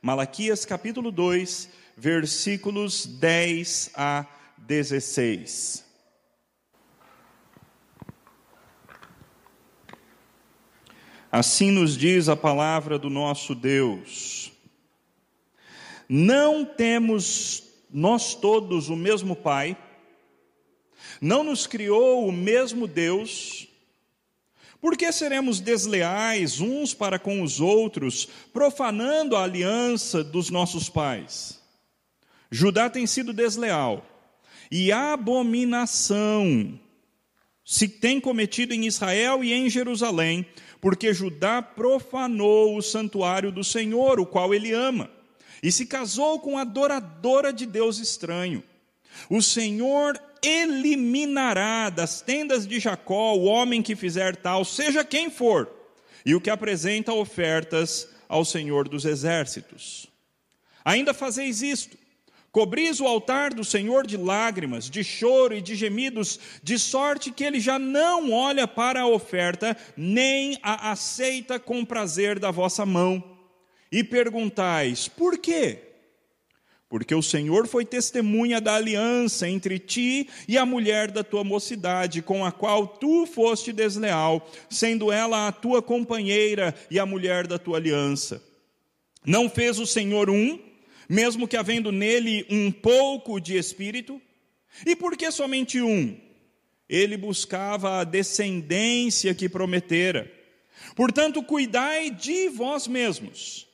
Malaquias capítulo 2, versículos 10 a 16. Assim nos diz a palavra do nosso Deus: não temos nós todos o mesmo Pai? Não nos criou o mesmo Deus? Por que seremos desleais uns para com os outros, profanando a aliança dos nossos pais? Judá tem sido desleal, e abominação se tem cometido em Israel e em Jerusalém, porque Judá profanou o santuário do Senhor, o qual ele ama, e se casou com a adoradora de Deus estranho. O Senhor eliminará das tendas de Jacó o homem que fizer tal, seja quem for, e o que apresenta ofertas ao Senhor dos exércitos. Ainda fazeis isto: cobris o altar do Senhor de lágrimas, de choro e de gemidos, de sorte que ele já não olha para a oferta, nem a aceita com prazer da vossa mão. E perguntais: por quê? Porque o Senhor foi testemunha da aliança entre ti e a mulher da tua mocidade, com a qual tu foste desleal, sendo ela a tua companheira e a mulher da tua aliança. Não fez o Senhor mesmo que havendo nele um pouco de espírito? E por que somente um? Ele buscava a descendência que prometera. Portanto, cuidai de vós mesmos,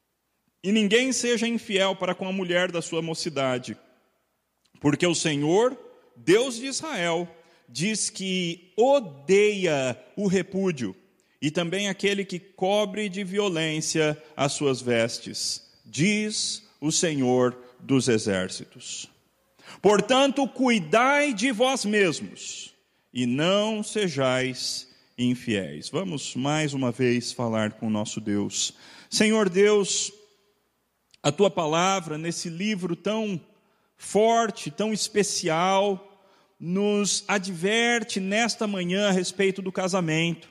e ninguém seja infiel para com a mulher da sua mocidade, porque o Senhor, Deus de Israel, diz que odeia o repúdio, e também aquele que cobre de violência as suas vestes, diz o Senhor dos exércitos. Portanto, cuidai de vós mesmos, e não sejais infiéis. Vamos mais uma vez falar com o nosso Deus. Senhor Deus, a tua palavra, nesse livro tão forte, tão especial, nos adverte nesta manhã a respeito do casamento.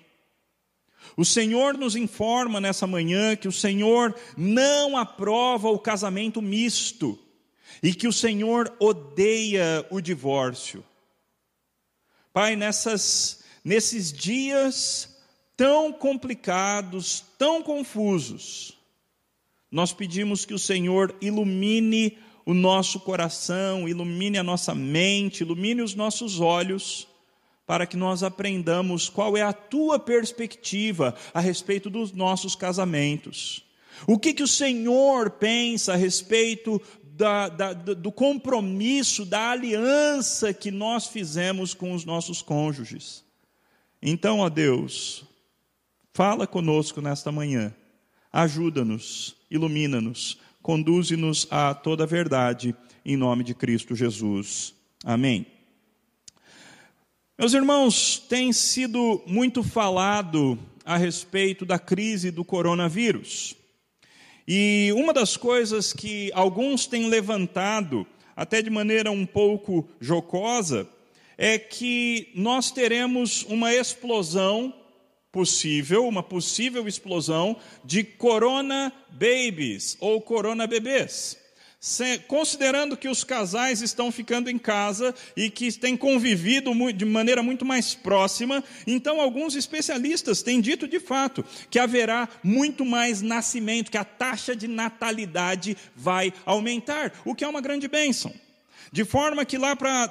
O Senhor nos informa nessa manhã que o Senhor não aprova o casamento misto e que o Senhor odeia o divórcio. Pai, nesses dias tão complicados, tão confusos, nós pedimos que o Senhor ilumine o nosso coração, ilumine a nossa mente, ilumine os nossos olhos, para que nós aprendamos qual é a tua perspectiva a respeito dos nossos casamentos. O que o Senhor pensa a respeito do compromisso, da aliança que nós fizemos com os nossos cônjuges. Então, ó Deus, fala conosco nesta manhã, ajuda-nos, ilumina-nos, conduze-nos a toda a verdade, em nome de Cristo Jesus. Amém. Meus irmãos, tem sido muito falado a respeito da crise do coronavírus. E uma das coisas que alguns têm levantado, até de maneira um pouco jocosa, é que nós teremos uma explosão possível, uma possível explosão de corona babies ou corona bebês. Considerando que os casais estão ficando em casa e que têm convivido de maneira muito mais próxima, então alguns especialistas têm dito de fato que haverá muito mais nascimento, que a taxa de natalidade vai aumentar, o que é uma grande bênção. De forma que lá para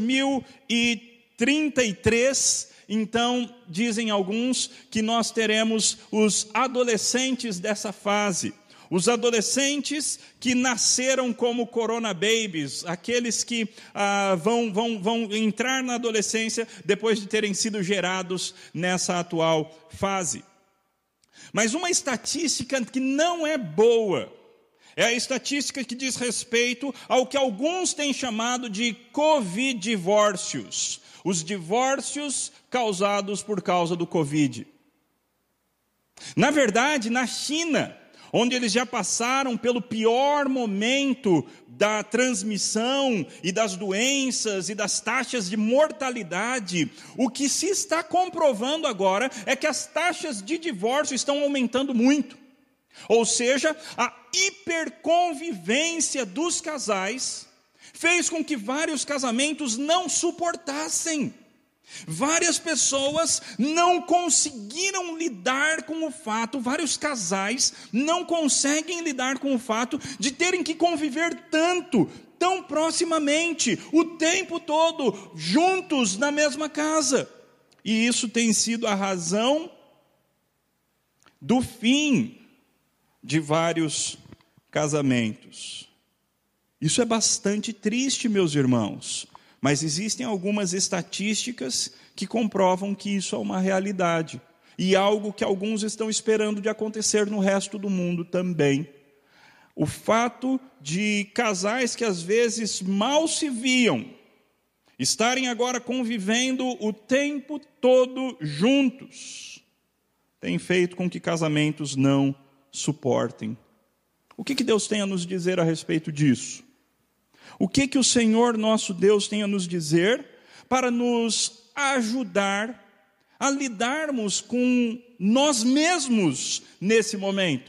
2033, então, dizem alguns que nós teremos os adolescentes dessa fase. Os adolescentes que nasceram como corona babies, aqueles que vão entrar na adolescência depois de terem sido gerados nessa atual fase. Mas uma estatística que não é boa, é a estatística que diz respeito ao que alguns têm chamado de Covid-divórcios, os divórcios causados por causa do Covid. Na verdade, na China, onde eles já passaram pelo pior momento da transmissão e das doenças e das taxas de mortalidade, o que se está comprovando agora é que as taxas de divórcio estão aumentando muito. Ou seja, a hiperconvivência dos casais fez com que vários casamentos não suportassem. Várias pessoas não conseguiram lidar com o fato, vários casais não conseguem lidar com o fato de terem que conviver tão proximamente, o tempo todo, juntos na mesma casa. E isso tem sido a razão do fim de vários casamentos. Isso é bastante triste, meus irmãos. Mas existem algumas estatísticas que comprovam que isso é uma realidade. E algo que alguns estão esperando de acontecer no resto do mundo também. O fato de casais que às vezes mal se viam, estarem agora convivendo o tempo todo juntos, tem feito com que casamentos não suportem. O que Deus tem a nos dizer a respeito disso? O que o Senhor nosso Deus tem a nos dizer para nos ajudar a lidarmos com nós mesmos nesse momento?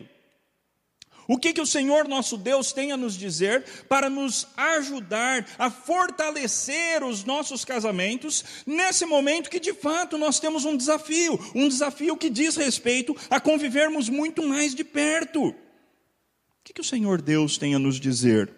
O que o Senhor nosso Deus tem a nos dizer para nos ajudar a fortalecer os nossos casamentos nesse momento que de fato nós temos um desafio que diz respeito a convivermos muito mais de perto? O que o Senhor Deus tem a nos dizer?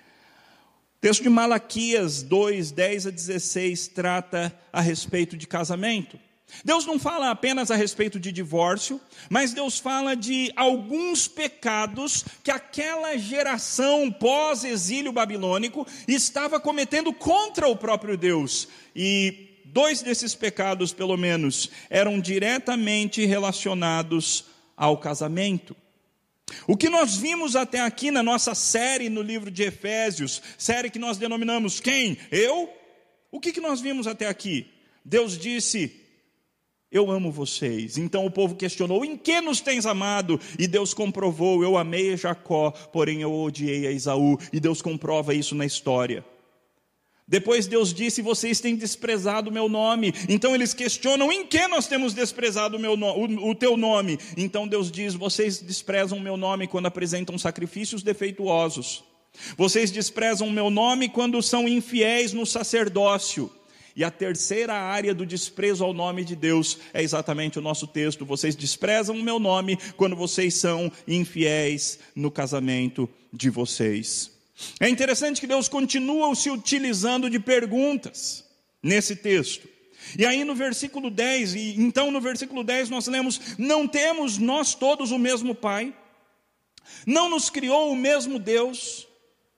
O texto de Malaquias 2, 10 a 16 trata a respeito de casamento. Deus não fala apenas a respeito de divórcio, mas Deus fala de alguns pecados que aquela geração pós-exílio babilônico estava cometendo contra o próprio Deus. E 2 desses pecados, pelo menos, eram diretamente relacionados ao casamento. O que nós vimos até aqui na nossa série no livro de Efésios, série que nós denominamos quem? Eu? O que nós vimos até aqui? Deus disse: eu amo vocês. Então o povo questionou: em que nos tens amado? E Deus comprovou: eu amei a Jacó, porém eu odiei a Esaú. E Deus comprova isso na história. Depois Deus disse: vocês têm desprezado o meu nome. Então eles questionam: em que nós temos desprezado o teu nome? Então Deus diz: vocês desprezam o meu nome quando apresentam sacrifícios defeituosos. Vocês desprezam o meu nome quando são infiéis no sacerdócio. E a terceira área do desprezo ao nome de Deus é exatamente o nosso texto. Vocês desprezam o meu nome quando vocês são infiéis no casamento de vocês. É interessante que Deus continua se utilizando de perguntas nesse texto. E aí no versículo 10, então no versículo 10 nós lemos: não temos nós todos o mesmo Pai? Não nos criou o mesmo Deus?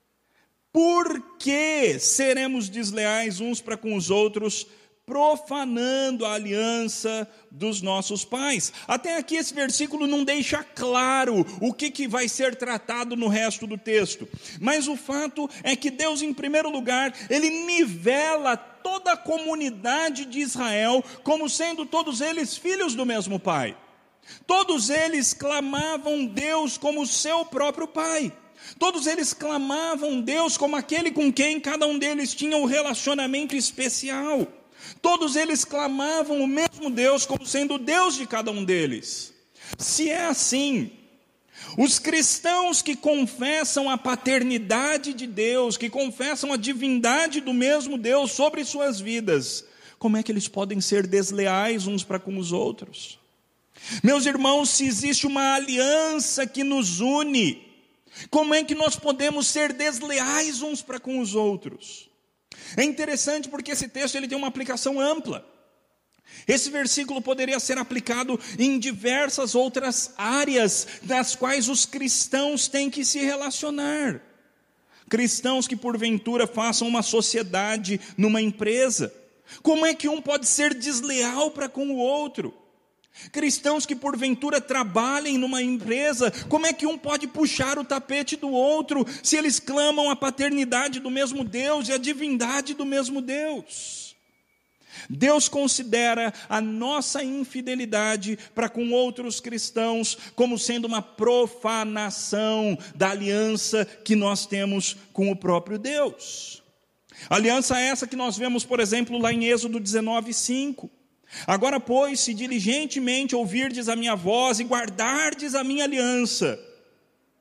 Por que seremos desleais uns para com os outros, profanando a aliança dos nossos pais? Até aqui esse versículo não deixa claro o que vai ser tratado no resto do texto. Mas o fato é que Deus, em primeiro lugar, Ele nivela toda a comunidade de Israel como sendo todos eles filhos do mesmo Pai. Todos eles clamavam Deus como seu próprio Pai. Todos eles clamavam Deus como aquele com quem cada um deles tinha um relacionamento especial. Todos eles clamavam o mesmo Deus como sendo o Deus de cada um deles. Se é assim, os cristãos que confessam a paternidade de Deus, que confessam a divindade do mesmo Deus sobre suas vidas, como é que eles podem ser desleais uns para com os outros? Meus irmãos, se existe uma aliança que nos une, como é que nós podemos ser desleais uns para com os outros? É interessante porque esse texto ele tem uma aplicação ampla. Esse versículo poderia ser aplicado em diversas outras áreas das quais os cristãos têm que se relacionar. Cristãos que porventura façam uma sociedade numa empresa. Como é que um pode ser desleal para com o outro? Cristãos que porventura trabalhem numa empresa, como é que um pode puxar o tapete do outro, se eles clamam a paternidade do mesmo Deus e a divindade do mesmo Deus? Deus considera a nossa infidelidade para com outros cristãos como sendo uma profanação da aliança que nós temos com o próprio Deus. Aliança essa que nós vemos, por exemplo, lá em Êxodo 19:5. Agora, pois, se diligentemente ouvirdes a minha voz e guardardes a minha aliança.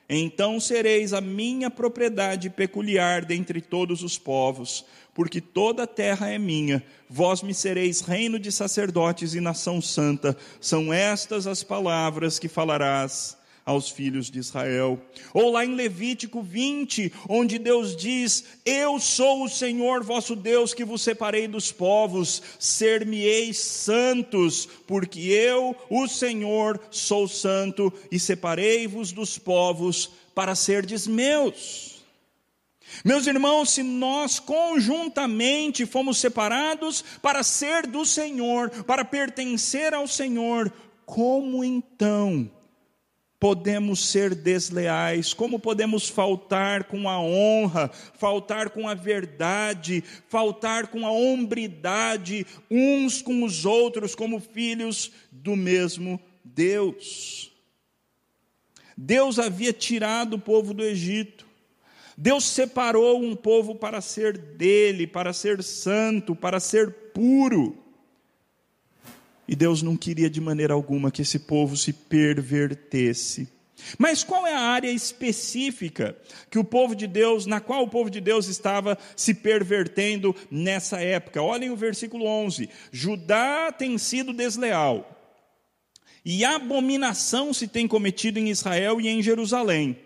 Então sereis a minha propriedade peculiar dentre todos os povos, porque toda a terra é minha. Vós me sereis reino de sacerdotes e nação santa. São estas as palavras que falarás aos filhos de Israel. Ou lá em Levítico 20, onde Deus diz: eu sou o Senhor vosso Deus, que vos separei dos povos, ser-me-eis santos, porque eu, o Senhor, sou santo, e separei-vos dos povos para serdes meus. Meus irmãos, se nós conjuntamente fomos separados para ser do Senhor, para pertencer ao Senhor, como então podemos ser desleais? Como podemos faltar com a honra, faltar com a verdade, faltar com a hombridade uns com os outros, como filhos do mesmo Deus? Deus havia tirado o povo do Egito. Deus separou um povo para ser dele, para ser santo, para ser puro. E Deus não queria de maneira alguma que esse povo se pervertesse. Mas qual é a área específica que o povo de Deus, na qual o povo de Deus estava se pervertendo nessa época? Olhem o versículo 11. Judá tem sido desleal, e abominação se tem cometido em Israel e em Jerusalém.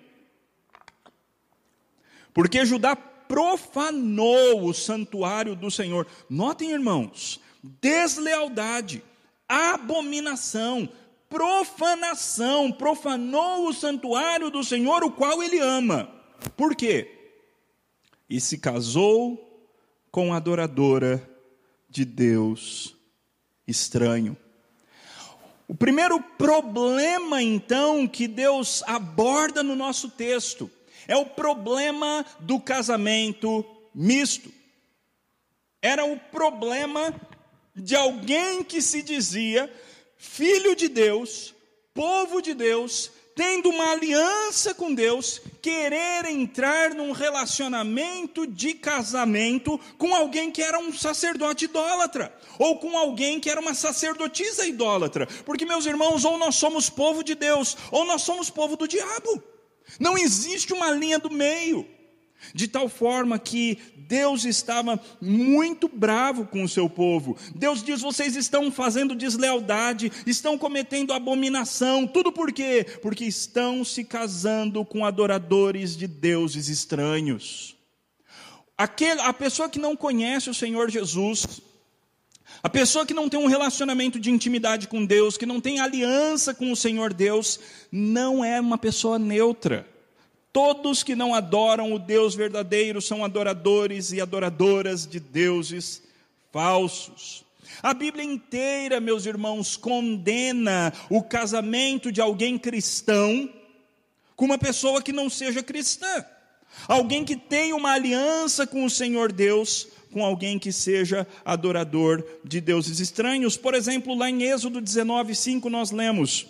Porque Judá profanou o santuário do Senhor. Notem, irmãos, deslealdade, abominação, profanação, profanou o santuário do Senhor, o qual ele ama. Por quê? E se casou com a adoradora de Deus estranho. O primeiro problema, então, que Deus aborda no nosso texto é o problema do casamento misto. Era o problema de alguém que se dizia filho de Deus, povo de Deus, tendo uma aliança com Deus, querer entrar num relacionamento de casamento com alguém que era um sacerdote idólatra, ou com alguém que era uma sacerdotisa idólatra. Porque, meus irmãos, ou nós somos povo de Deus, ou nós somos povo do diabo. Não existe uma linha do meio. De tal forma que Deus estava muito bravo com o seu povo. Deus diz: vocês estão fazendo deslealdade, estão cometendo abominação. Tudo por quê? Porque estão se casando com adoradores de deuses estranhos. A pessoa que não conhece o Senhor Jesus, a pessoa que não tem um relacionamento de intimidade com Deus, que não tem aliança com o Senhor Deus, não é uma pessoa neutra. Todos que não adoram o Deus verdadeiro são adoradores e adoradoras de deuses falsos. A Bíblia inteira, meus irmãos, condena o casamento de alguém cristão com uma pessoa que não seja cristã. Alguém que tenha uma aliança com o Senhor Deus, com alguém que seja adorador de deuses estranhos. Por exemplo, lá em Êxodo 19:5 nós lemos.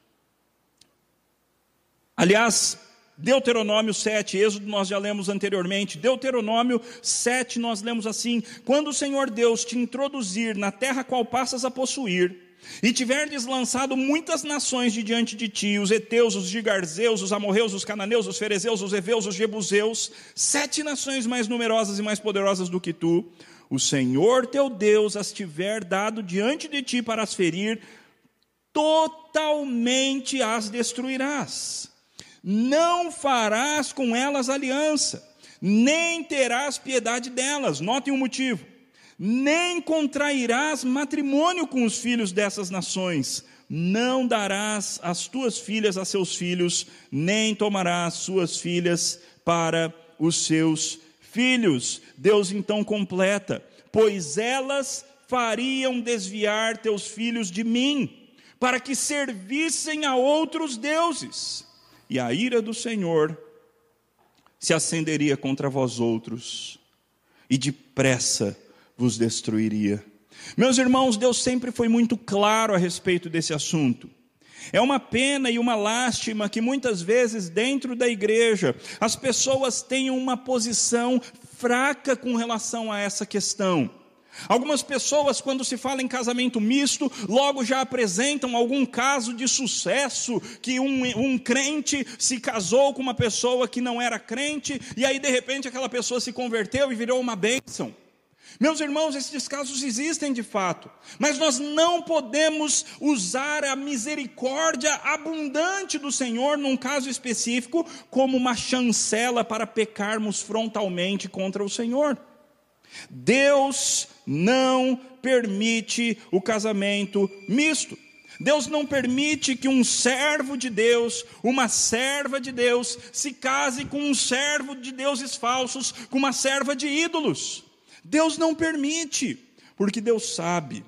Aliás, Deuteronômio 7, Êxodo nós já lemos anteriormente. Deuteronômio 7 nós lemos assim: quando o Senhor Deus te introduzir na terra qual passas a possuir, e tiverdes lançado muitas nações de diante de ti, os heteus, os gigarzeus, os amorreus, os cananeus, os ferezeus, os heveus, os jebuseus, 7 nações mais numerosas e mais poderosas do que tu, o Senhor teu Deus as tiver dado diante de ti para as ferir, totalmente as destruirás. Não farás com elas aliança, nem terás piedade delas. Notem o motivo. Nem contrairás matrimônio com os filhos dessas nações. Não darás as tuas filhas a seus filhos, nem tomarás suas filhas para os seus filhos. Deus então completa: pois elas fariam desviar teus filhos de mim, para que servissem a outros deuses. E a ira do Senhor se acenderia contra vós outros, e depressa vos destruiria. Meus irmãos, Deus sempre foi muito claro a respeito desse assunto. É uma pena e uma lástima que muitas vezes dentro da igreja as pessoas tenham uma posição fraca com relação a essa questão. Algumas pessoas, quando se fala em casamento misto, logo já apresentam algum caso de sucesso, que um crente se casou com uma pessoa que não era crente, e aí de repente aquela pessoa se converteu e virou uma bênção. Meus irmãos, esses casos existem de fato, mas nós não podemos usar a misericórdia abundante do Senhor, num caso específico, como uma chancela para pecarmos frontalmente contra o Senhor. Deus não permite o casamento misto. Deus não permite que um servo de Deus, uma serva de Deus, se case com um servo de deuses falsos, com uma serva de ídolos. Deus não permite, porque Deus sabe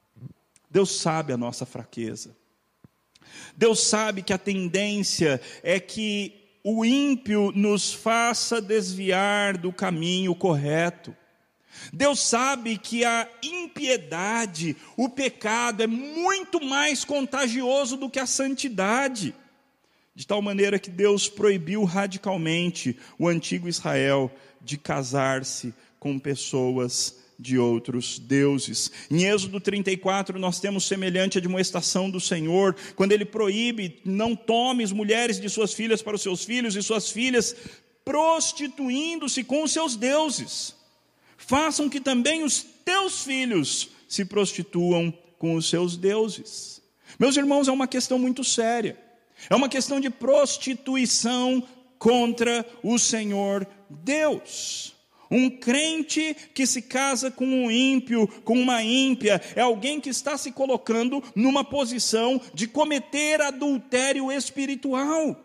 a nossa fraqueza. Deus sabe que a tendência é que o ímpio nos faça desviar do caminho correto. Deus sabe que a impiedade, o pecado é muito mais contagioso do que a santidade. De tal maneira que Deus proibiu radicalmente o antigo Israel de casar-se com pessoas de outros deuses. Em Êxodo 34 nós temos semelhante admoestação do Senhor, quando Ele proíbe: não tomes mulheres de suas filhas para os seus filhos, e suas filhas prostituindo-se com os seus deuses. Façam que também os teus filhos se prostituam com os seus deuses. Meus irmãos, é uma questão muito séria. É uma questão de prostituição contra o Senhor Deus. Um crente que se casa com um ímpio, com uma ímpia, é alguém que está se colocando numa posição de cometer adultério espiritual.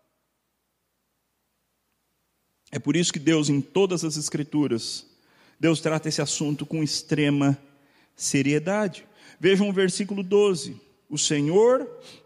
É por isso que Deus, em todas as Escrituras, Deus trata esse assunto com extrema seriedade. Vejam o versículo 12. O Senhor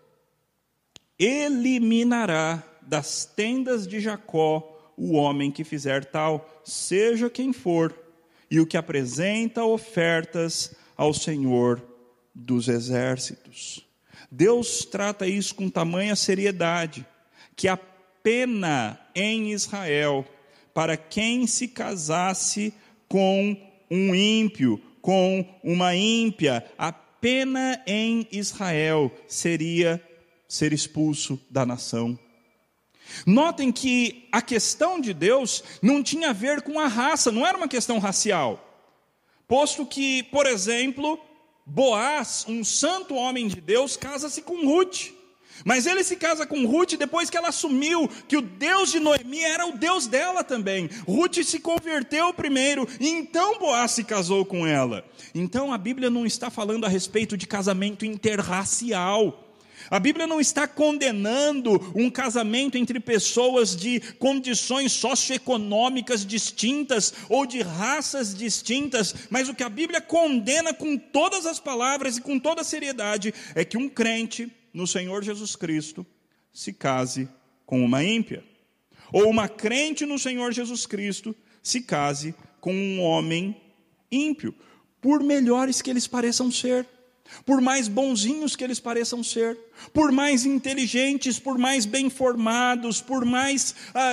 eliminará das tendas de Jacó o homem que fizer tal, seja quem for, e o que apresenta ofertas ao Senhor dos exércitos. Deus trata isso com tamanha seriedade, que a pena em Israel, para quem se casasse com um ímpio, com uma ímpia, a pena em Israel seria ser expulso da nação. Notem que a questão de Deus não tinha a ver com a raça, não era uma questão racial. Posto que, por exemplo, Boaz, um santo homem de Deus, casa-se com Ruth. Mas ele se casa com Ruth depois que ela assumiu que o Deus de Noemi era o Deus dela também. Ruth se converteu primeiro, e então Boaz se casou com ela. Então a Bíblia não está falando a respeito de casamento interracial. A Bíblia não está condenando um casamento entre pessoas de condições socioeconômicas distintas ou de raças distintas, mas o que a Bíblia condena com todas as palavras e com toda a seriedade é que um crente no Senhor Jesus Cristo se case com uma ímpia, ou uma crente no Senhor Jesus Cristo se case com um homem ímpio, por melhores que eles pareçam ser, por mais bonzinhos que eles pareçam ser, por mais inteligentes, por mais bem formados, por mais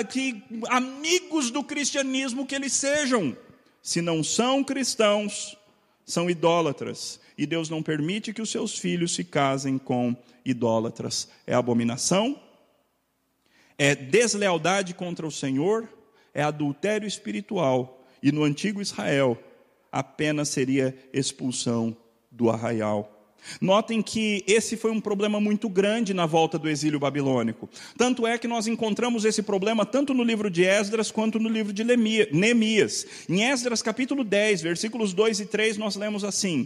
amigos do cristianismo que eles sejam, se não são cristãos, são idólatras, e Deus não permite que os seus filhos se casem com idólatras. É abominação, é deslealdade contra o Senhor, é adultério espiritual, e no antigo Israel a pena seria expulsão do arraial. Notem que esse foi um problema muito grande na volta do exílio babilônico. Tanto é que nós encontramos esse problema tanto no livro de Esdras quanto no livro de Neemias. Em Esdras capítulo 10, versículos 2 e 3, nós lemos assim: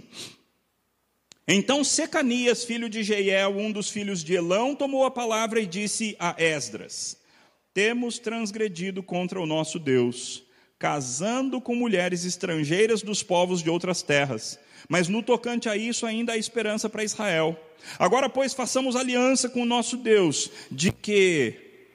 Então Secanias, filho de Jeiel, um dos filhos de Elão, tomou a palavra e disse a Esdras: Temos transgredido contra o nosso Deus, casando com mulheres estrangeiras dos povos de outras terras. Mas no tocante a isso ainda há esperança para Israel. Agora, pois, façamos aliança com o nosso Deus, de que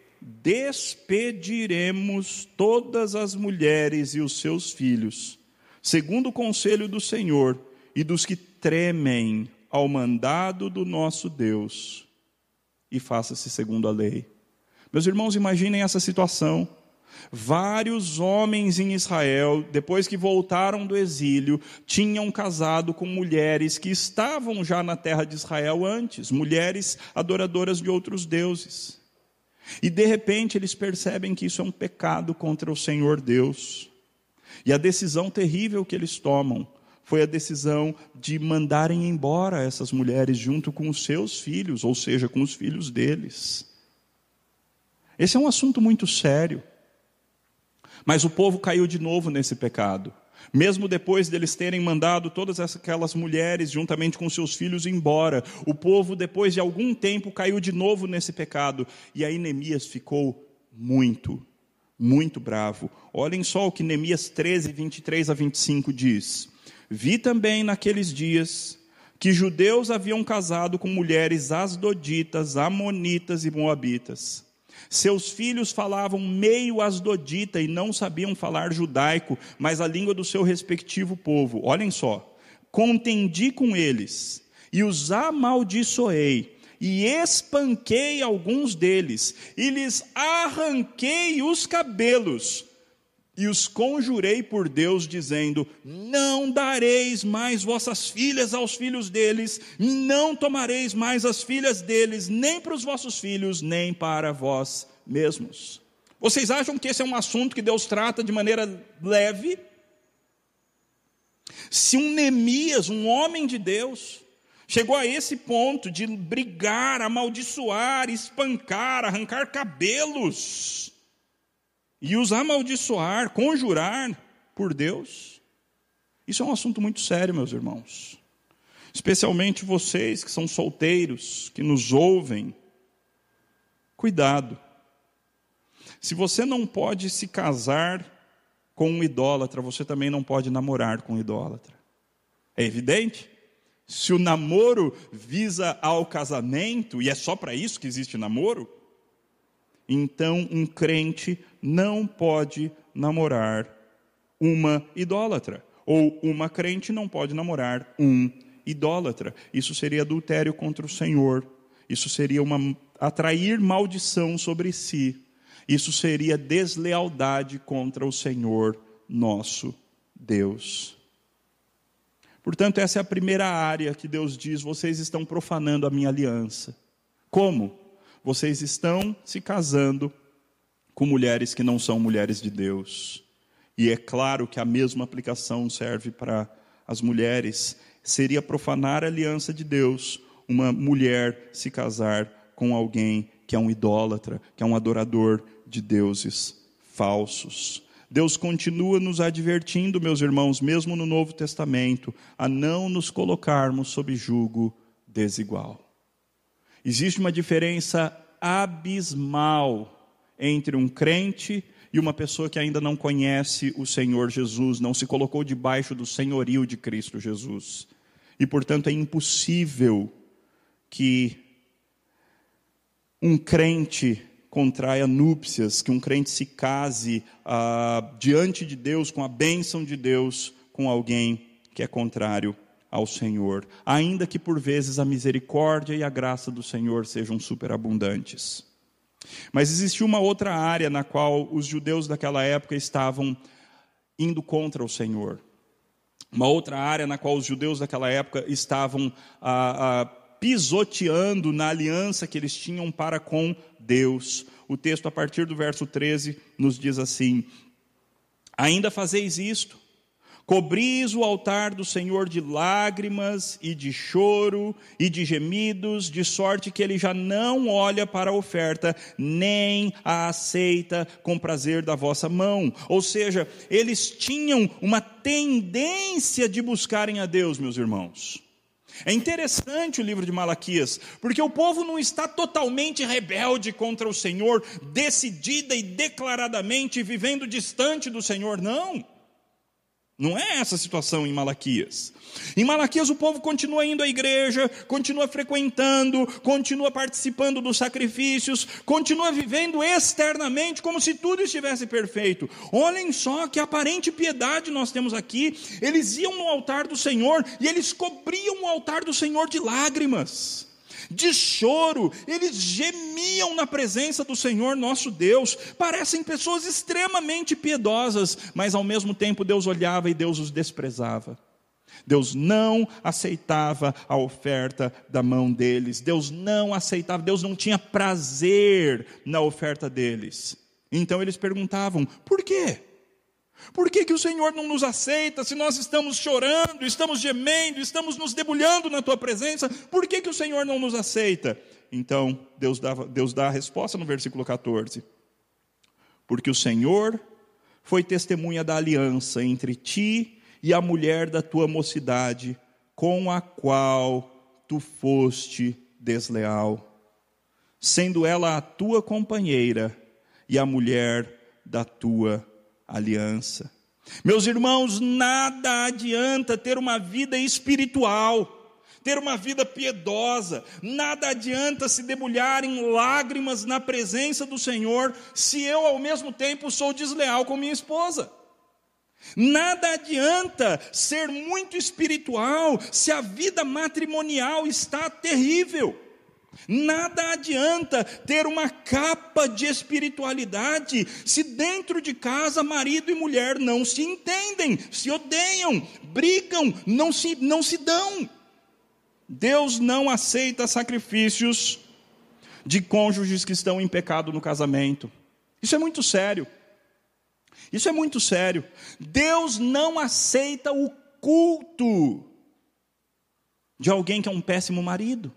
despediremos todas as mulheres e os seus filhos, segundo o conselho do Senhor e dos que tremem ao mandado do nosso Deus, e faça-se segundo a lei. Meus irmãos, imaginem essa situação. Vários homens em Israel, depois que voltaram do exílio, tinham casado com mulheres que estavam já na terra de Israel antes, mulheres adoradoras de outros deuses. E de repente eles percebem que isso é um pecado contra o Senhor Deus. E a decisão terrível que eles tomam foi a decisão de mandarem embora essas mulheres junto com os seus filhos, ou seja, com os filhos deles. Esse é um assunto muito sério. Mas o povo caiu de novo nesse pecado. Mesmo depois deles terem mandado todas aquelas mulheres, juntamente com seus filhos, embora, o povo, depois de algum tempo, caiu de novo nesse pecado. E aí Neemias ficou muito bravo. Olhem só o que Neemias 13, 23 a 25 diz. Vi também naqueles dias que judeus haviam casado com mulheres asdoditas, amonitas e moabitas. Seus filhos falavam meio asdodita e não sabiam falar judaico, mas a língua do seu respectivo povo. Olhem só. Contendi com eles e os amaldiçoei e espanquei alguns deles e lhes arranquei os cabelos e os conjurei por Deus, dizendo: não dareis mais vossas filhas aos filhos deles, não tomareis mais as filhas deles, nem para os vossos filhos, nem para vós mesmos. Vocês acham que esse é um assunto que Deus trata de maneira leve? Se um Neemias, um homem de Deus, chegou a esse ponto de brigar, amaldiçoar, espancar, arrancar cabelos e os amaldiçoar, conjurar por Deus, isso é um assunto muito sério, meus irmãos. Especialmente vocês que são solteiros, que nos ouvem. Cuidado. Se você não pode se casar com um idólatra, você também não pode namorar com um idólatra. É evidente? Se o namoro visa ao casamento, e é só para isso que existe namoro, então um crente não pode namorar uma idólatra. Ou uma crente não pode namorar um idólatra. Isso seria adultério contra o Senhor. Isso seria atrair maldição sobre si. Isso seria deslealdade contra o Senhor nosso Deus. Portanto, essa é a primeira área que Deus diz: vocês estão profanando a minha aliança. Como? Vocês estão se casando com mulheres que não são mulheres de Deus. E é claro que a mesma aplicação serve para as mulheres. Seria profanar a aliança de Deus uma mulher se casar com alguém que é um idólatra, que é um adorador de deuses falsos. Deus continua nos advertindo, meus irmãos, mesmo no Novo Testamento, a não nos colocarmos sob jugo desigual. Existe uma diferença abismal entre um crente e uma pessoa que ainda não conhece o Senhor Jesus, não se colocou debaixo do senhorio de Cristo Jesus. E, portanto, é impossível que um crente contraia núpcias, que um crente se case diante de Deus, com a bênção de Deus, com alguém que é contrário ao Senhor, ainda que por vezes a misericórdia e a graça do Senhor sejam superabundantes. Mas existe uma outra área na qual os judeus daquela época estavam indo contra o Senhor. Uma outra área na qual os judeus daquela época estavam pisoteando na aliança que eles tinham para com Deus. O texto, a partir do verso 13, nos diz assim: ainda fazeis isto, cobris o altar do Senhor de lágrimas e de choro e de gemidos, de sorte que ele já não olha para a oferta, nem a aceita com prazer da vossa mão. Ou seja, eles tinham uma tendência de buscarem a Deus, meus irmãos. É interessante o livro de Malaquias, porque o povo não está totalmente rebelde contra o Senhor, decidida e declaradamente vivendo distante do Senhor, não. Não é essa a situação em Malaquias. Em Malaquias o povo continua indo à igreja, continua frequentando, continua participando dos sacrifícios, continua vivendo externamente como se tudo estivesse perfeito. Olhem só que aparente piedade nós temos aqui. Eles iam no altar do Senhor e eles cobriam o altar do Senhor de lágrimas, de choro, eles gemiam na presença do Senhor nosso Deus. Parecem pessoas extremamente piedosas, mas ao mesmo tempo Deus olhava e Deus os desprezava. Deus não aceitava a oferta da mão deles. Deus não aceitava, Deus não tinha prazer na oferta deles. Então eles perguntavam: por quê? Por que o Senhor não nos aceita, se nós estamos chorando, estamos gemendo, estamos nos debulhando na tua presença? Por que o Senhor não nos aceita? Então Deus dá a resposta no versículo 14: porque o Senhor foi testemunha da aliança entre ti e a mulher da tua mocidade, com a qual tu foste desleal, sendo ela a tua companheira e a mulher da tua aliança. Meus irmãos, nada adianta ter uma vida espiritual, ter uma vida piedosa, nada adianta se debulhar em lágrimas na presença do Senhor, se eu ao mesmo tempo sou desleal com minha esposa. Nada adianta ser muito espiritual se a vida matrimonial está terrível. Nada adianta ter uma capa de espiritualidade se dentro de casa marido e mulher não se entendem, se odeiam, brigam, não se dão. Deus não aceita sacrifícios de cônjuges que estão em pecado no casamento. Isso é muito sério. Isso é muito sério. Deus não aceita o culto de alguém que é um péssimo marido.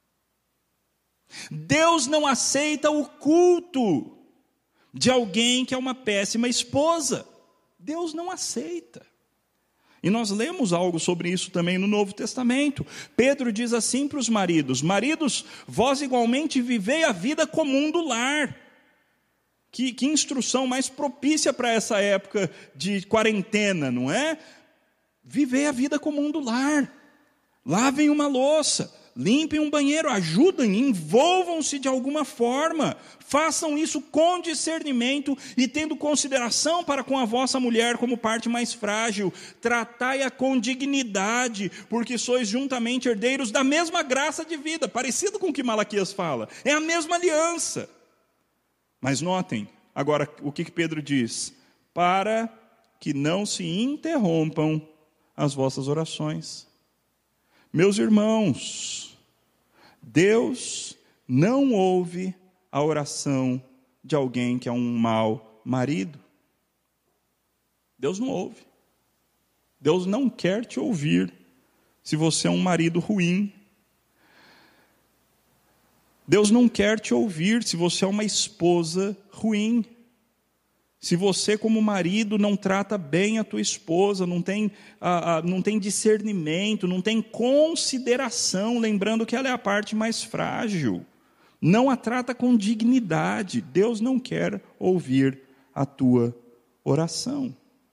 Deus não aceita o culto de alguém que é uma péssima esposa. Deus não aceita. E nós lemos algo sobre isso também no Novo Testamento. Pedro diz assim para os maridos: maridos, vós igualmente vivei a vida comum do lar. Que instrução mais propícia para essa época de quarentena, não é? Viver a vida comum do lar. Lavem uma louça, limpem um banheiro, ajudem, envolvam-se de alguma forma. Façam isso com discernimento e tendo consideração para com a vossa mulher como parte mais frágil. Tratai-a com dignidade, porque sois juntamente herdeiros da mesma graça de vida. Parecido com o que Malaquias fala. É a mesma aliança. Mas notem, agora o que Pedro diz: para que não se interrompam as vossas orações. Meus irmãos, Deus não ouve a oração de alguém que é um mau marido. Deus não ouve. Deus não quer te ouvir se você é um marido ruim. Deus não quer te ouvir se você é uma esposa ruim. Se você, como marido, não trata bem a tua esposa, não tem discernimento, não tem consideração, lembrando que ela é a parte mais frágil. Não a trata com dignidade. Deus não quer ouvir a tua oração.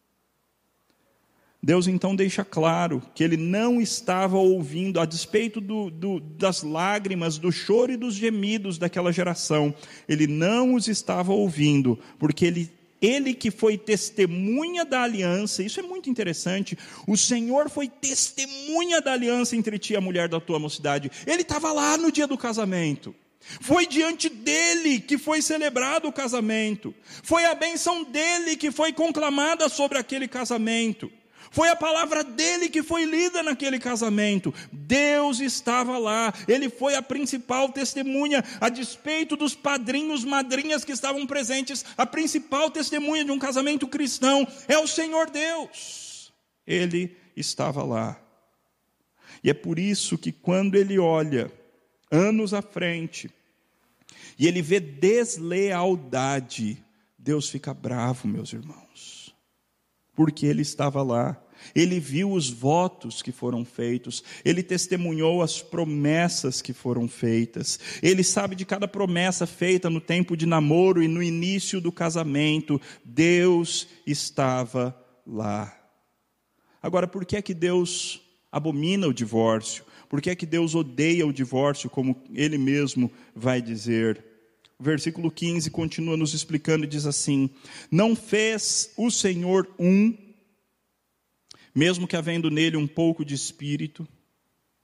Deus então deixa claro que Ele não estava ouvindo, a despeito das lágrimas, do choro e dos gemidos daquela geração. Ele não os estava ouvindo, porque Ele que foi testemunha da aliança. Isso é muito interessante. O Senhor foi testemunha da aliança entre ti e a mulher da tua mocidade. Ele estava lá no dia do casamento. Foi diante dele que foi celebrado o casamento. Foi a bênção dele que foi conclamada sobre aquele casamento. Foi a palavra dele que foi lida naquele casamento. Deus estava lá. Ele foi a principal testemunha, a despeito dos padrinhos, madrinhas que estavam presentes. A principal testemunha de um casamento cristão é o Senhor Deus. Ele estava lá. E é por isso que quando ele olha anos à frente e ele vê deslealdade, Deus fica bravo, meus irmãos. Porque ele estava lá, ele viu os votos que foram feitos, ele testemunhou as promessas que foram feitas, ele sabe de cada promessa feita no tempo de namoro e no início do casamento. Deus estava lá. Agora, por que é que Deus abomina o divórcio? Por que é que Deus odeia o divórcio, como ele mesmo vai dizer? O versículo 15 continua nos explicando e diz assim: não fez o Senhor mesmo que havendo nele um pouco de espírito,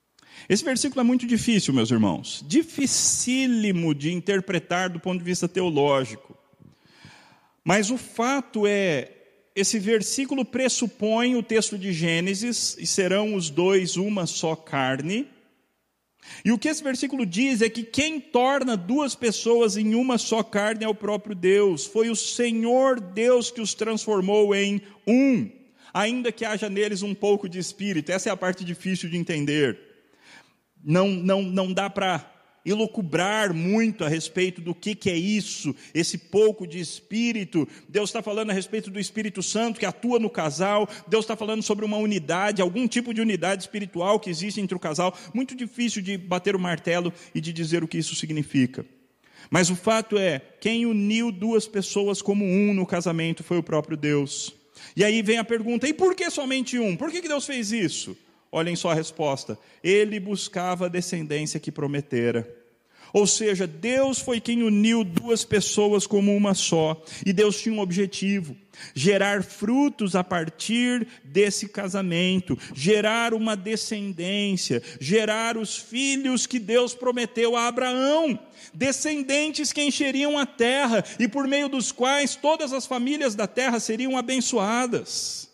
Esse versículo é muito difícil, meus irmãos, dificílimo de interpretar do ponto de vista teológico. Mas o fato é, esse versículo pressupõe o texto de Gênesis, e serão os dois uma só carne. E o que esse versículo diz é que quem torna duas pessoas em uma só carne é o próprio Deus. Foi o Senhor Deus que os transformou em um, ainda que haja neles um pouco de espírito. Essa é a parte difícil de entender. Não dá para elucubrar muito a respeito do que é isso, esse pouco de espírito. Deus está falando a respeito do Espírito Santo que atua no casal. Deus está falando sobre uma unidade, algum tipo de unidade espiritual que existe entre o casal. Muito difícil de bater o martelo e de dizer o que isso significa. Mas o fato é, quem uniu duas pessoas como um no casamento foi o próprio Deus. E aí vem a pergunta, e por que somente um? Por que Deus fez isso? Olhem só a resposta. Ele buscava a descendência que prometera. Ou seja, Deus foi quem uniu duas pessoas como uma só. E Deus tinha um objetivo: gerar frutos a partir desse casamento, gerar uma descendência, gerar os filhos que Deus prometeu a Abraão, descendentes que encheriam a terra e por meio dos quais todas as famílias da terra seriam abençoadas.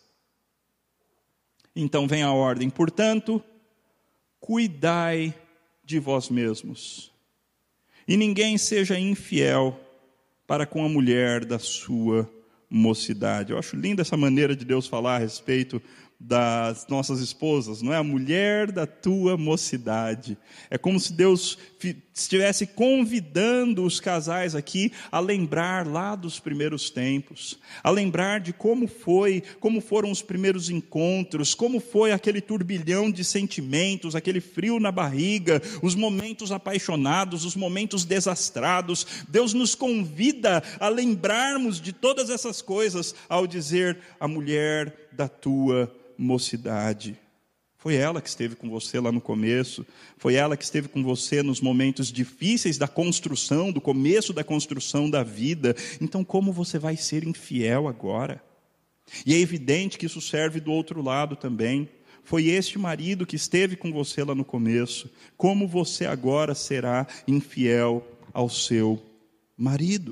Então vem a ordem: portanto, cuidai de vós mesmos, e ninguém seja infiel para com a mulher da sua mocidade. Eu acho linda essa maneira de Deus falar a respeito das nossas esposas, não é? A mulher da tua mocidade. É como se Deus estivesse convidando os casais aqui a lembrar lá dos primeiros tempos, a lembrar de como foram os primeiros encontros, como foi aquele turbilhão de sentimentos, aquele frio na barriga, os momentos apaixonados, os momentos desastrados. Deus nos convida a lembrarmos de todas essas coisas ao dizer: a mulher da tua mocidade. Foi ela que esteve com você lá no começo, foi ela que esteve com você nos momentos difíceis da construção, do começo da construção da vida. Então, como você vai ser infiel agora? E é evidente que isso serve do outro lado também. Foi este marido que esteve com você lá no começo. Como você agora será infiel ao seu marido?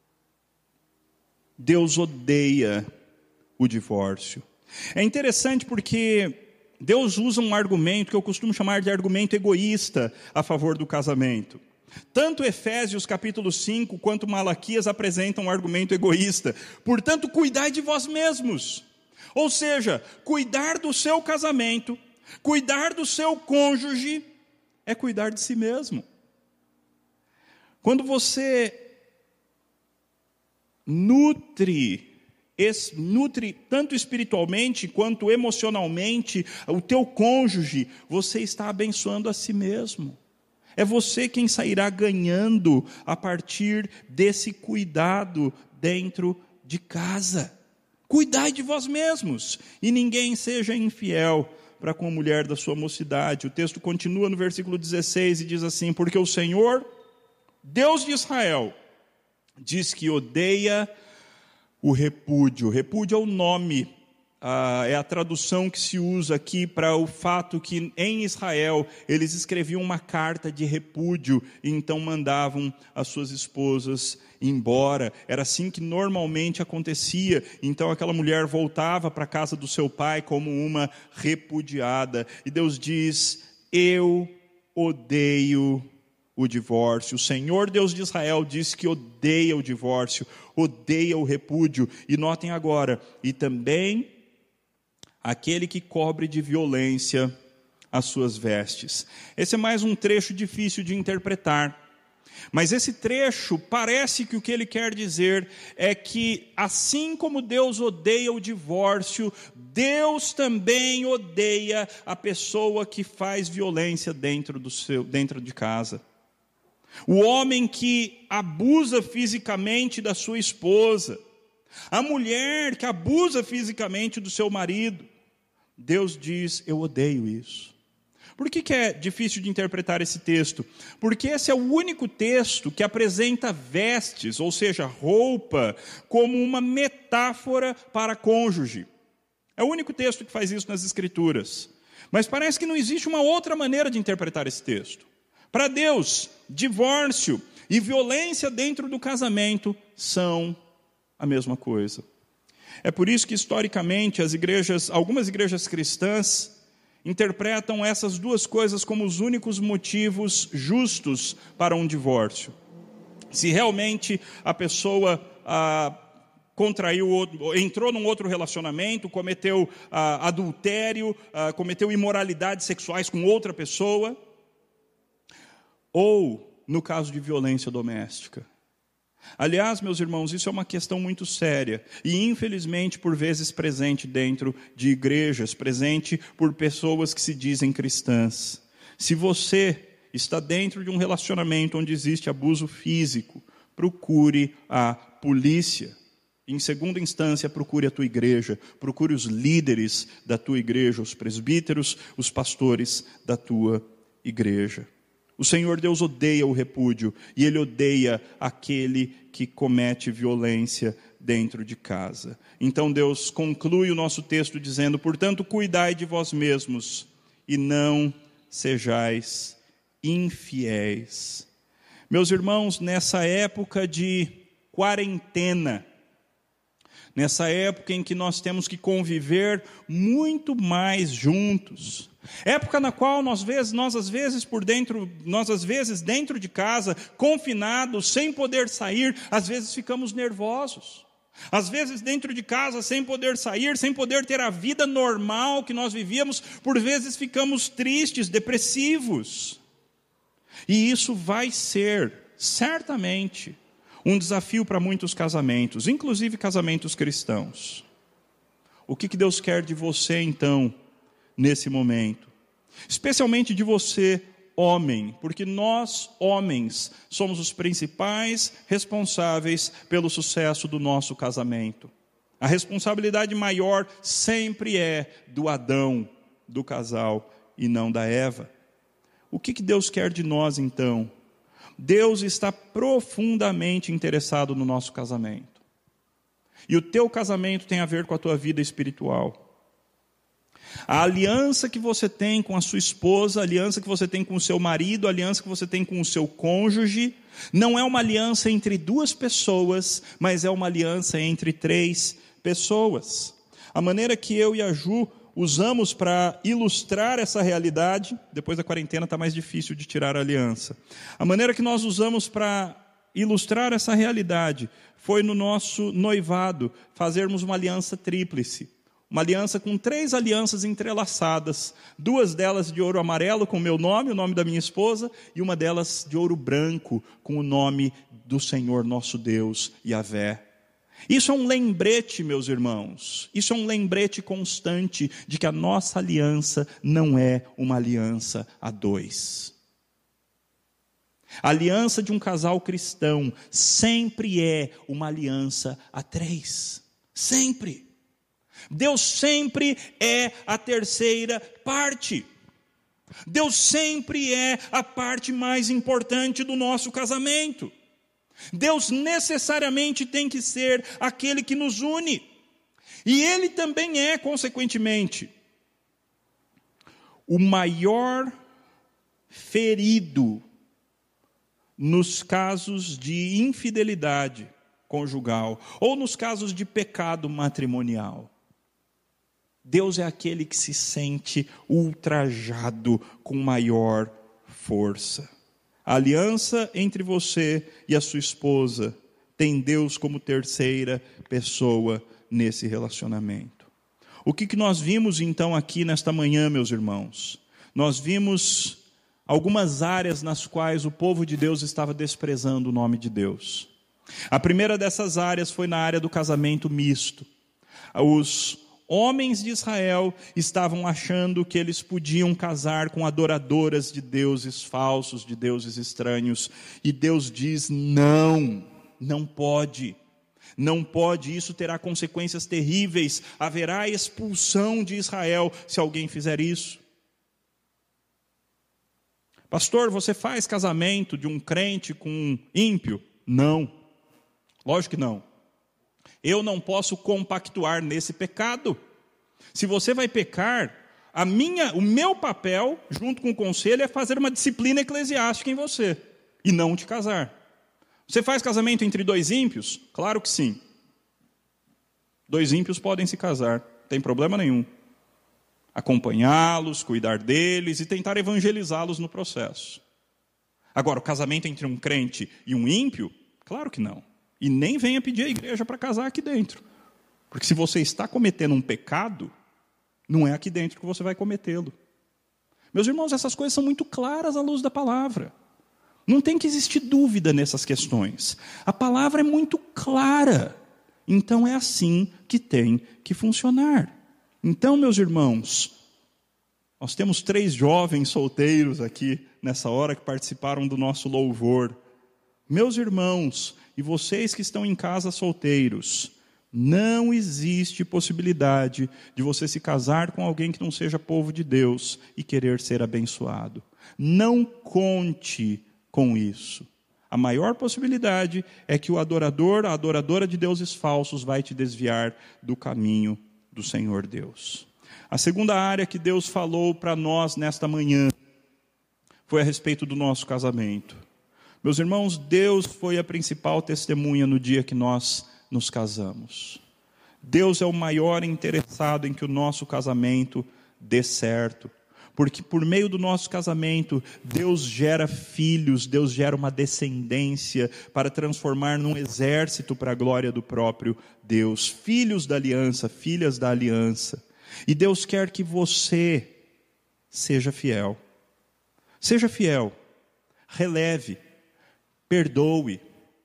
Deus odeia o divórcio. É interessante porque Deus usa um argumento que eu costumo chamar de argumento egoísta a favor do casamento. Tanto Efésios capítulo 5 quanto Malaquias apresentam um argumento egoísta. Portanto, cuidai de vós mesmos. Ou seja, cuidar do seu casamento, cuidar do seu cônjuge, é cuidar de si mesmo. Quando você nutre tanto espiritualmente quanto emocionalmente o teu cônjuge, você está abençoando a si mesmo. É você quem sairá ganhando a partir desse cuidado dentro de casa. Cuidai de vós mesmos, e ninguém seja infiel para com a mulher da sua mocidade. O texto continua no versículo 16 e diz assim: porque o Senhor, Deus de Israel, diz que odeia o repúdio. Repúdio é o nome, é a tradução que se usa aqui para o fato que em Israel eles escreviam uma carta de repúdio e então mandavam as suas esposas embora. Era assim que normalmente acontecia. Então aquela mulher voltava para a casa do seu pai como uma repudiada. E Deus diz: eu odeio o divórcio. O Senhor Deus de Israel diz que odeia o divórcio, odeia o repúdio. E notem agora: e também aquele que cobre de violência as suas vestes. Esse é mais um trecho difícil de interpretar. Mas esse trecho parece que o que ele quer dizer é que, assim como Deus odeia o divórcio, Deus também odeia a pessoa que faz violência dentro de casa. O homem que abusa fisicamente da sua esposa, a mulher que abusa fisicamente do seu marido. Deus diz: eu odeio isso. Por que é difícil de interpretar esse texto? Porque esse é o único texto que apresenta vestes, ou seja, roupa, como uma metáfora para cônjuge. É o único texto que faz isso nas Escrituras. Mas parece que não existe uma outra maneira de interpretar esse texto. Para Deus, divórcio e violência dentro do casamento são a mesma coisa. É por isso que, historicamente, algumas igrejas cristãs interpretam essas duas coisas como os únicos motivos justos para um divórcio. Se realmente a pessoa entrou num outro relacionamento, cometeu adultério, cometeu imoralidades sexuais com outra pessoa, ou no caso de violência doméstica. Aliás, meus irmãos, isso é uma questão muito séria e, infelizmente, por vezes presente dentro de igrejas, presente por pessoas que se dizem cristãs. Se você está dentro de um relacionamento onde existe abuso físico, procure a polícia. Em segunda instância, procure a tua igreja, procure os líderes da tua igreja, os presbíteros, os pastores da tua igreja. O Senhor Deus odeia o repúdio e Ele odeia aquele que comete violência dentro de casa. Então Deus conclui o nosso texto dizendo: portanto, cuidai de vós mesmos e não sejais infiéis. Meus irmãos, nessa época de quarentena, nessa época em que nós temos que conviver muito mais juntos, época na qual nós às vezes dentro de casa, confinados, sem poder sair, às vezes ficamos nervosos. Às vezes dentro de casa, sem poder sair, sem poder ter a vida normal que nós vivíamos, por vezes ficamos tristes, depressivos. E isso vai ser, certamente, um desafio para muitos casamentos, inclusive casamentos cristãos. O que Deus quer de você, então, nesse momento? Especialmente de você, homem, porque nós, homens, somos os principais responsáveis pelo sucesso do nosso casamento. A responsabilidade maior sempre é do Adão, do casal, e não da Eva. O que Deus quer de nós, então? Deus está profundamente interessado no nosso casamento. E o teu casamento tem a ver com a tua vida espiritual. A aliança que você tem com a sua esposa, a aliança que você tem com o seu marido, a aliança que você tem com o seu cônjuge, não é uma aliança entre duas pessoas, mas é uma aliança entre três pessoas. A maneira que eu e a Ju usamos para ilustrar essa realidade, depois da quarentena está mais difícil de tirar a aliança. A maneira que nós usamos para ilustrar essa realidade foi no nosso noivado, fazermos uma aliança tríplice. Uma aliança com 3 alianças entrelaçadas, 2 delas de ouro amarelo com o meu nome, o nome da minha esposa, e uma delas de ouro branco com o nome do Senhor nosso Deus, Yahvé. Isso é um lembrete, meus irmãos, isso é um lembrete constante de que a nossa aliança não é uma aliança a 2. A aliança de um casal cristão sempre é uma aliança a 3. Sempre. Deus sempre é a terceira parte. Deus sempre é a parte mais importante do nosso casamento. Deus necessariamente tem que ser aquele que nos une. E Ele também é, consequentemente, o maior ferido nos casos de infidelidade conjugal ou nos casos de pecado matrimonial. Deus é aquele que se sente ultrajado com maior força. A aliança entre você e a sua esposa tem Deus como terceira pessoa nesse relacionamento. O que nós vimos então aqui nesta manhã, meus irmãos? Nós vimos algumas áreas nas quais o povo de Deus estava desprezando o nome de Deus. A primeira dessas áreas foi na área do casamento misto. Os homens de Israel estavam achando que eles podiam casar com adoradoras de deuses falsos, de deuses estranhos. E Deus diz: não, não pode. Não pode, isso terá consequências terríveis. Haverá expulsão de Israel se alguém fizer isso. Pastor, você faz casamento de um crente com um ímpio? Não, lógico que não. Eu não posso compactuar nesse pecado. Se você vai pecar, O meu papel, junto com o conselho, é fazer uma disciplina eclesiástica em você, e não te casar. Você faz casamento entre dois ímpios? Claro que sim. 2 ímpios podem se casar, não tem problema nenhum. Acompanhá-los, cuidar deles e tentar evangelizá-los no processo. Agora, o casamento entre um crente e um ímpio? Claro que não. E nem venha pedir à igreja para casar aqui dentro. Porque se você está cometendo um pecado, não é aqui dentro que você vai cometê-lo. Meus irmãos, essas coisas são muito claras à luz da palavra. Não tem que existir dúvida nessas questões. A palavra é muito clara. Então é assim que tem que funcionar. Então, meus irmãos, nós temos 3 jovens solteiros aqui nessa hora que participaram do nosso louvor. Meus irmãos, e vocês que estão em casa solteiros, não existe possibilidade de você se casar com alguém que não seja povo de Deus e querer ser abençoado. Não conte com isso. A maior possibilidade é que o adorador, a adoradora de deuses falsos vai te desviar do caminho do Senhor Deus. A segunda área que Deus falou para nós nesta manhã foi a respeito do nosso casamento. Meus irmãos, Deus foi a principal testemunha no dia que nós nos casamos. Deus é o maior interessado em que o nosso casamento dê certo. Porque por meio do nosso casamento, Deus gera filhos, Deus gera uma descendência para transformar num exército para a glória do próprio Deus. Filhos da aliança, filhas da aliança. E Deus quer que você seja fiel. Seja fiel, releve, perdoe,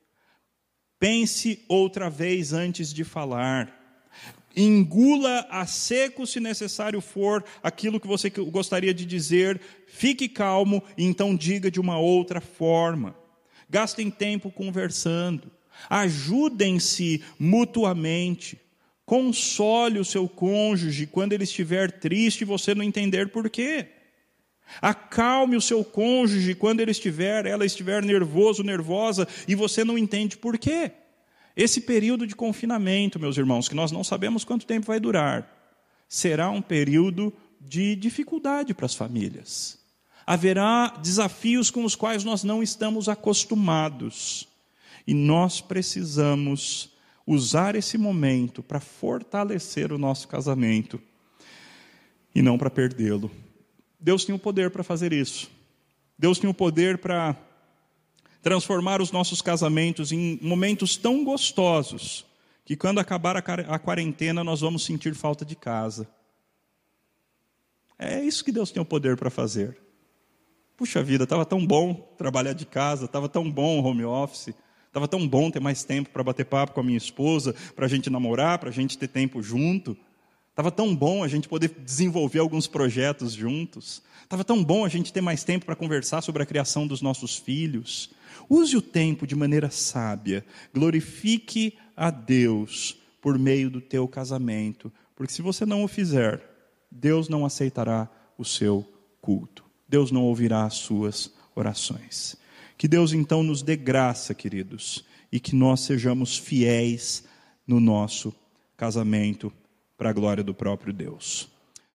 pense outra vez antes de falar. Engula a seco, se necessário for, aquilo que você gostaria de dizer. Fique calmo e então diga de uma outra forma. Gastem tempo conversando. Ajudem-se mutuamente. Console o seu cônjuge quando ele estiver triste e você não entender por quê. Acalme o seu cônjuge quando ela estiver nervoso, nervosa e você não entende por quê. Esse período de confinamento, meus irmãos, que nós não sabemos quanto tempo vai durar, será um período de dificuldade para as famílias. Haverá desafios com os quais nós não estamos acostumados. E nós precisamos usar esse momento para fortalecer o nosso casamento e não para perdê-lo. Deus tem o poder para fazer isso. Deus tem o poder para transformar os nossos casamentos em momentos tão gostosos que quando acabar a quarentena nós vamos sentir falta de casa. É isso que Deus tem o poder para fazer. Puxa vida, estava tão bom trabalhar de casa, estava tão bom o home office, estava tão bom ter mais tempo para bater papo com a minha esposa, para a gente namorar, para a gente ter tempo junto. Estava tão bom a gente poder desenvolver alguns projetos juntos. Estava tão bom a gente ter mais tempo para conversar sobre a criação dos nossos filhos. Use o tempo de maneira sábia. Glorifique a Deus por meio do teu casamento. Porque se você não o fizer, Deus não aceitará o seu culto. Deus não ouvirá as suas orações. Que Deus então nos dê graça, queridos, e que nós sejamos fiéis no nosso casamento para a glória do próprio Deus.